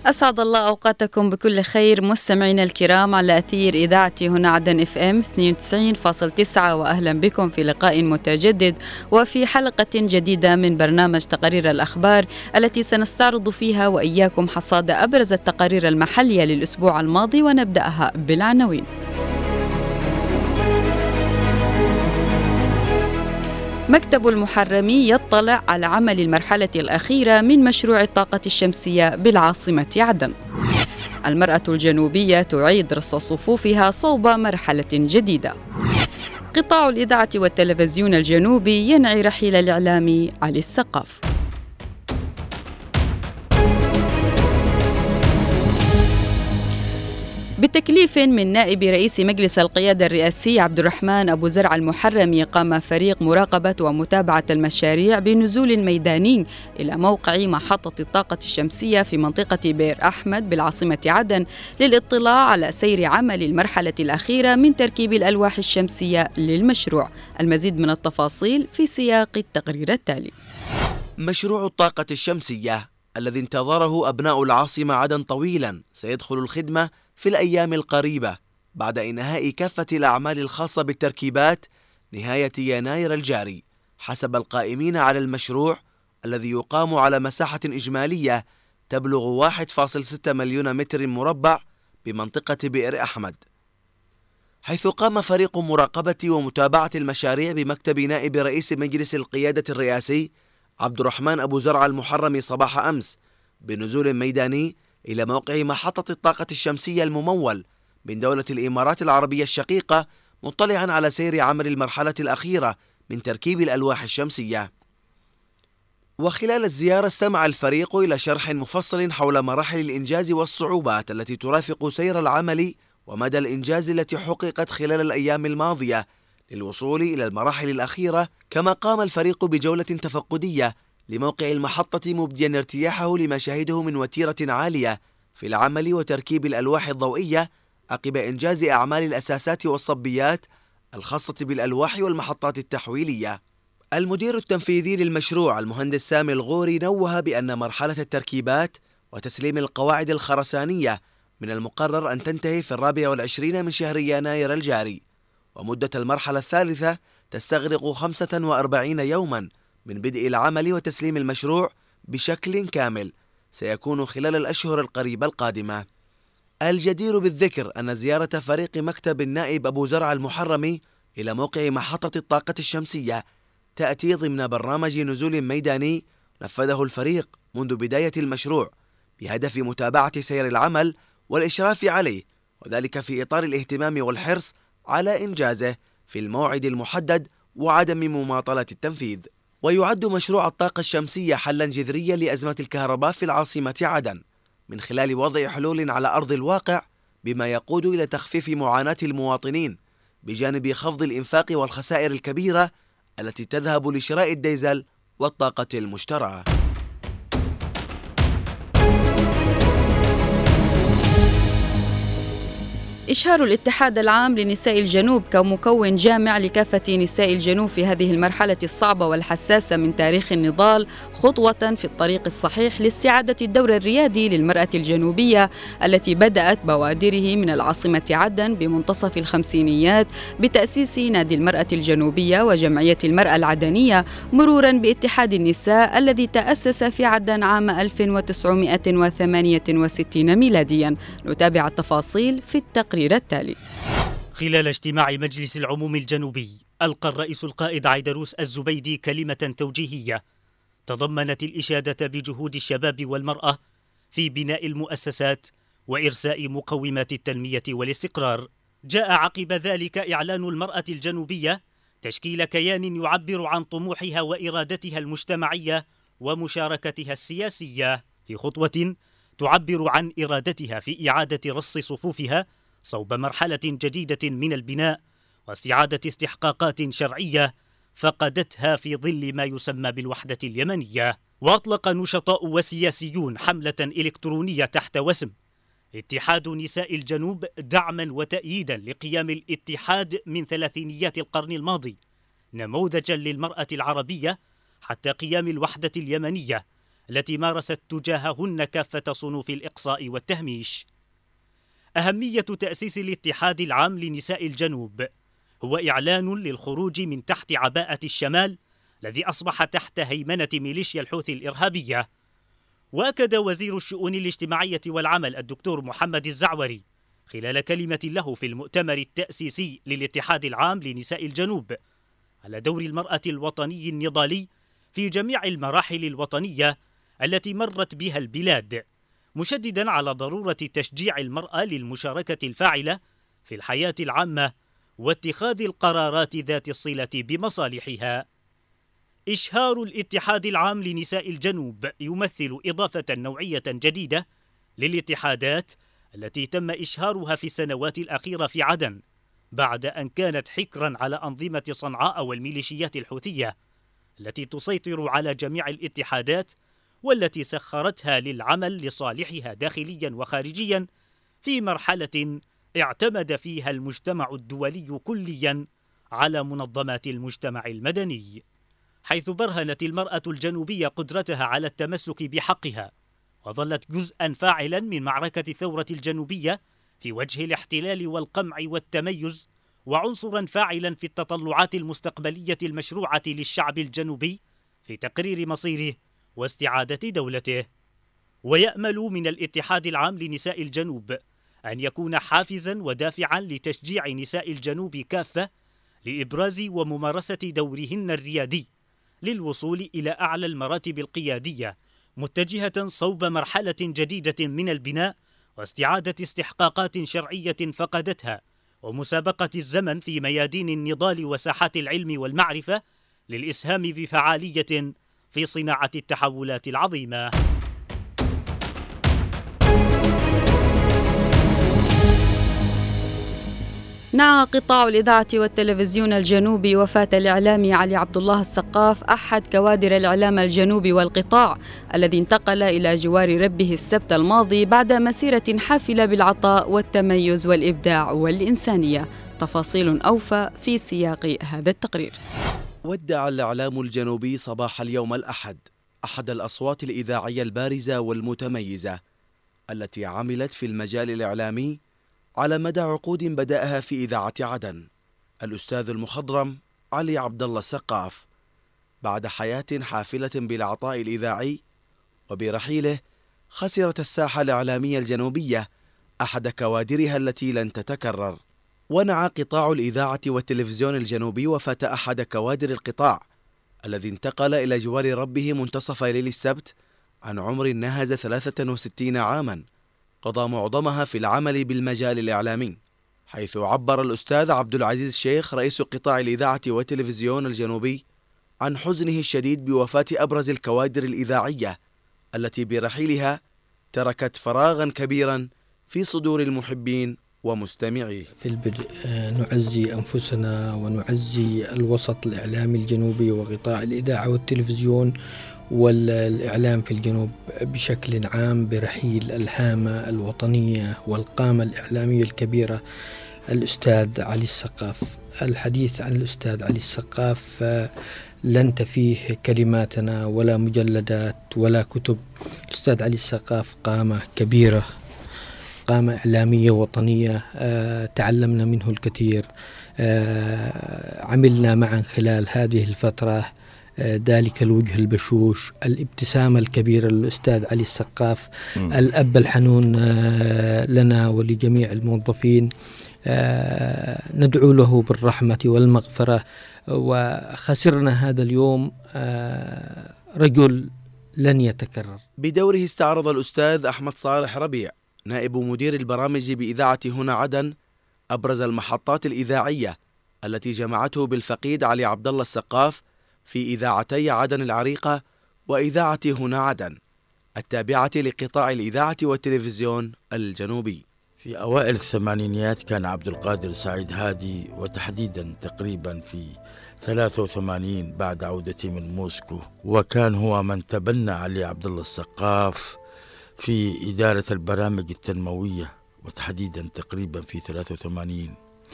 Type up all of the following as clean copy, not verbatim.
أسعد الله أوقاتكم بكل خير مستمعينا الكرام على أثير إذاعة هنا عدن FM 92.9، وأهلا بكم في لقاء متجدد وفي حلقة جديدة من برنامج تقارير الأخبار التي سنستعرض فيها وإياكم حصاد أبرز التقارير المحلية للأسبوع الماضي، ونبدأها بالعناوين. مكتب المحرمي يطلع على عمل المرحلة الأخيرة من مشروع الطاقة الشمسية بالعاصمة عدن. المرأة الجنوبية تعيد رص صفوفها صوب مرحلة جديدة. قطاع الإذاعة والتلفزيون الجنوبي ينعي رحيل الإعلامي علي السقاف. بتكليف من نائب رئيس مجلس القيادة الرئاسي عبد الرحمن أبو زرع المحرمي، قام فريق مراقبة ومتابعة المشاريع بنزول ميداني إلى موقع محطة الطاقة الشمسية في منطقة بئر أحمد بالعاصمة عدن للاطلاع على سير عمل المرحلة الأخيرة من تركيب الألواح الشمسية للمشروع. المزيد من التفاصيل في سياق التقرير التالي. مشروع الطاقة الشمسية الذي انتظره أبناء العاصمة عدن طويلا سيدخل الخدمة في الأيام القريبة بعد إنهاء كافة الأعمال الخاصة بالتركيبات نهاية يناير الجاري، حسب القائمين على المشروع الذي يقام على مساحة إجمالية تبلغ 1.6 مليون متر مربع بمنطقة بئر أحمد، حيث قام فريق مراقبة ومتابعة المشاريع بمكتب نائب رئيس مجلس القيادة الرئاسي عبد الرحمن أبو زرع المحرمي صباح أمس بنزول ميداني إلى موقع محطة الطاقة الشمسية الممول من دولة الإمارات العربية الشقيقة، مطلعا على سير عمل المرحلة الأخيرة من تركيب الألواح الشمسية. وخلال الزيارة استمع الفريق إلى شرح مفصل حول مراحل الإنجاز والصعوبات التي ترافق سير العمل ومدى الإنجاز التي حققت خلال الأيام الماضية للوصول إلى المراحل الأخيرة. كما قام الفريق بجولة تفقدية لموقع المحطة مبديا ارتياحه لما شهده من وتيرة عالية في العمل وتركيب الألواح الضوئية عقب إنجاز أعمال الأساسات والصبيات الخاصة بالألواح والمحطات التحويلية. المدير التنفيذي للمشروع المهندس سامي الغوري نوه بأن مرحلة التركيبات وتسليم القواعد الخرسانية من المقرر أن تنتهي في 24 من شهر يناير الجاري، ومدة المرحلة الثالثة تستغرق 45 يوما من بدء العمل وتسليم المشروع بشكل كامل سيكون خلال الأشهر القريبة القادمة. الجدير بالذكر أن زيارة فريق مكتب النائب أبو زرع المحرمي إلى موقع محطة الطاقة الشمسية تأتي ضمن برنامج نزول ميداني نفذه الفريق منذ بداية المشروع بهدف متابعة سير العمل والإشراف عليه، وذلك في إطار الاهتمام والحرص على إنجازه في الموعد المحدد وعدم مماطلة التنفيذ. ويعد مشروع الطاقة الشمسية حلا جذريا لأزمة الكهرباء في العاصمة عدن من خلال وضع حلول على أرض الواقع، بما يقود إلى تخفيف معاناة المواطنين بجانب خفض الإنفاق والخسائر الكبيرة التي تذهب لشراء الديزل والطاقة المشتركة. إشهار الاتحاد العام لنساء الجنوب كمكون جامع لكافة نساء الجنوب في هذه المرحلة الصعبة والحساسة من تاريخ النضال خطوة في الطريق الصحيح لاستعادة الدور الريادي للمرأة الجنوبية التي بدأت بوادره من العاصمة عدن بمنتصف الخمسينيات بتأسيس نادي المرأة الجنوبية وجمعية المرأة العدنية، مرورا باتحاد النساء الذي تأسس في عدن عام 1968 ميلاديا. نتابع التفاصيل في التقرير التالي. خلال اجتماع مجلس العموم الجنوبي ألقى الرئيس القائد عيدروس الزبيدي كلمة توجيهية تضمنت الإشادة بجهود الشباب والمرأة في بناء المؤسسات وإرساء مقومات التنمية والاستقرار. جاء عقب ذلك إعلان المرأة الجنوبية تشكيل كيان يعبر عن طموحها وإرادتها المجتمعية ومشاركتها السياسية في خطوة تعبر عن إرادتها في إعادة رص صفوفها صوب مرحلة جديدة من البناء واستعادة استحقاقات شرعية فقدتها في ظل ما يسمى بالوحدة اليمنية. وأطلق نشطاء وسياسيون حملة إلكترونية تحت وسم اتحاد نساء الجنوب دعما وتأييدا لقيام الاتحاد من ثلاثينيات القرن الماضي نموذجا للمرأة العربية حتى قيام الوحدة اليمنية التي مارست تجاههن كافة صنوف الإقصاء والتهميش. أهمية تأسيس الاتحاد العام لنساء الجنوب هو إعلان للخروج من تحت عباءة الشمال الذي أصبح تحت هيمنة ميليشيا الحوثي الإرهابية. وأكد وزير الشؤون الاجتماعية والعمل الدكتور محمد الزعوري خلال كلمة له في المؤتمر التأسيسي للاتحاد العام لنساء الجنوب على دور المرأة الوطني النضالي في جميع المراحل الوطنية التي مرت بها البلاد، مشددا على ضرورة تشجيع المرأة للمشاركة الفاعلة في الحياة العامة واتخاذ القرارات ذات الصلة بمصالحها. إشهار الاتحاد العام لنساء الجنوب يمثل إضافة نوعية جديدة للاتحادات التي تم إشهارها في السنوات الأخيرة في عدن، بعد أن كانت حكرا على أنظمة صنعاء والميليشيات الحوثية التي تسيطر على جميع الاتحادات والتي سخرتها للعمل لصالحها داخليا وخارجيا في مرحلة اعتمد فيها المجتمع الدولي كليا على منظمات المجتمع المدني، حيث برهنت المرأة الجنوبية قدرتها على التمسك بحقها وظلت جزءا فاعلا من معركة الثورة الجنوبية في وجه الاحتلال والقمع والتميز، وعنصرا فاعلا في التطلعات المستقبلية المشروعة للشعب الجنوبي في تقرير مصيره واستعادة دولته. ويأمل من الاتحاد العام لنساء الجنوب أن يكون حافزا ودافعا لتشجيع نساء الجنوب كافة لإبراز وممارسة دورهن الريادي للوصول إلى أعلى المراتب القيادية، متجهة صوب مرحلة جديدة من البناء واستعادة استحقاقات شرعية فقدتها، ومسابقة الزمن في ميادين النضال وساحات العلم والمعرفة للإسهام بفعالية في صناعة التحولات العظيمة. نعى قطاع الإذاعة والتلفزيون الجنوبي وفاة الإعلامي علي عبد الله السقاف أحد كوادر الإعلام الجنوبي والقطاع، الذي انتقل إلى جوار ربه السبت الماضي بعد مسيرة حافلة بالعطاء والتميز والإبداع والإنسانية. تفاصيل أوفى في سياق هذا التقرير. ودع الإعلام الجنوبي صباح اليوم الأحد أحد الأصوات الإذاعية البارزة والمتميزة التي عملت في المجال الإعلامي على مدى عقود بدأها في إذاعة عدن، الأستاذ المخضرم علي عبد الله السقاف، بعد حياة حافلة بالعطاء الإذاعي. وبرحيله خسرت الساحة الإعلامية الجنوبية أحد كوادرها التي لن تتكرر. ونعى قطاع الإذاعة والتلفزيون الجنوبي وفاة أحد كوادر القطاع الذي انتقل إلى جوار ربه منتصف ليل السبت عن عمر ناهز 63 عاما، قضى معظمها في العمل بالمجال الإعلامي، حيث عبر الأستاذ عبد العزيز الشيخ رئيس قطاع الإذاعة والتلفزيون الجنوبي عن حزنه الشديد بوفاة أبرز الكوادر الإذاعية التي برحيلها تركت فراغا كبيرا في صدور المحبين ومستمعيه. في البدء نعزي أنفسنا ونعزي الوسط الإعلامي الجنوبي وقطاع الإذاعة والتلفزيون والإعلام في الجنوب بشكل عام برحيل الهامة الوطنية والقامة الإعلامية الكبيرة الأستاذ علي السقاف. الحديث عن الأستاذ علي السقاف لن تفيه كلماتنا ولا مجلدات ولا كتب. الأستاذ علي السقاف قامة كبيرة، قامة إعلامية وطنية، تعلمنا منه الكثير، عملنا معا خلال هذه الفترة، ذلك الوجه البشوش، الابتسامة الكبيرة للأستاذ علي السقاف، الأب الحنون لنا ولجميع الموظفين. ندعو له بالرحمة والمغفرة. وخسرنا هذا اليوم رجل لن يتكرر. بدوره استعرض الأستاذ أحمد صالح ربيع نائب مدير البرامج بإذاعة هنا عدن أبرز المحطات الإذاعية التي جمعته بالفقيد علي عبد الله السقاف في إذاعتي عدن العريقة وإذاعة هنا عدن التابعة لقطاع الإذاعة والتلفزيون الجنوبي. في أوائل الثمانينيات كان عبد القادر سعيد هادي، وتحديدا تقريبا في 83 بعد عودتي من موسكو، وكان هو من تبنى علي عبد الله السقاف في إدارة البرامج التنموية، وتحديدا تقريبا في 83،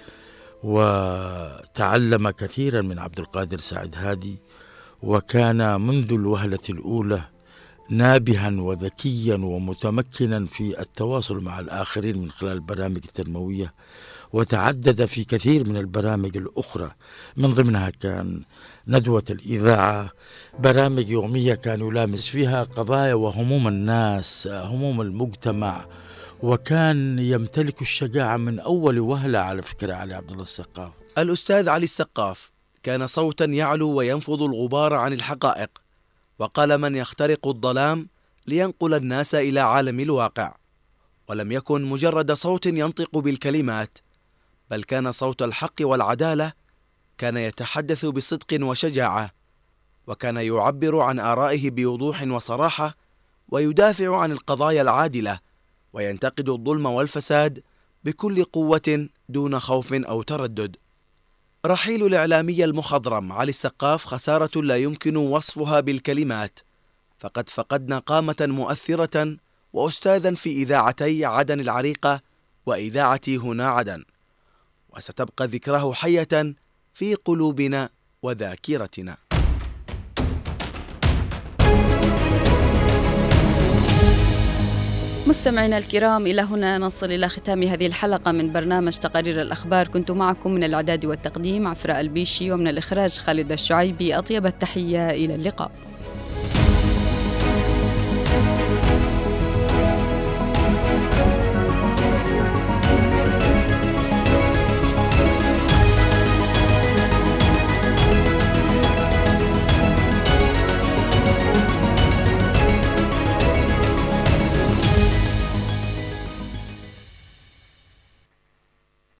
وتعلم كثيرا من عبد القادر سعيد هادي، وكان منذ الوهلة الأولى نابها وذكيا ومتمكنا في التواصل مع الآخرين من خلال البرامج التنموية، وتعدد في كثير من البرامج الأخرى، من ضمنها كان ندوة الإذاعة، برامج يومية كان يلامس فيها قضايا وهموم الناس، هموم المجتمع، وكان يمتلك الشجاعة من أول وهلة على فكرة علي عبد الله السقاف. الأستاذ علي السقاف كان صوتا يعلو وينفض الغبار عن الحقائق، وقلما يخترق الظلام لينقل الناس إلى عالم الواقع، ولم يكن مجرد صوت ينطق بالكلمات، بل كان صوت الحق والعدالة. كان يتحدث بصدق وشجاعة، وكان يعبر عن آرائه بوضوح وصراحة، ويدافع عن القضايا العادلة، وينتقد الظلم والفساد بكل قوة دون خوف أو تردد. رحيل الإعلامي المخضرم علي السقاف خسارة لا يمكن وصفها بالكلمات، فقد فقدنا قامة مؤثرة وأستاذا في إذاعتي عدن العريقة وإذاعة هنا عدن، وستبقى ذكراه حية في قلوبنا وذاكرتنا. مستمعينا الكرام، إلى هنا نصل إلى ختام هذه الحلقة من برنامج تقارير الأخبار. كنت معكم من الإعداد والتقديم عفراء البيشي، ومن الإخراج خالد الشعيبي. أطيب التحية، إلى اللقاء.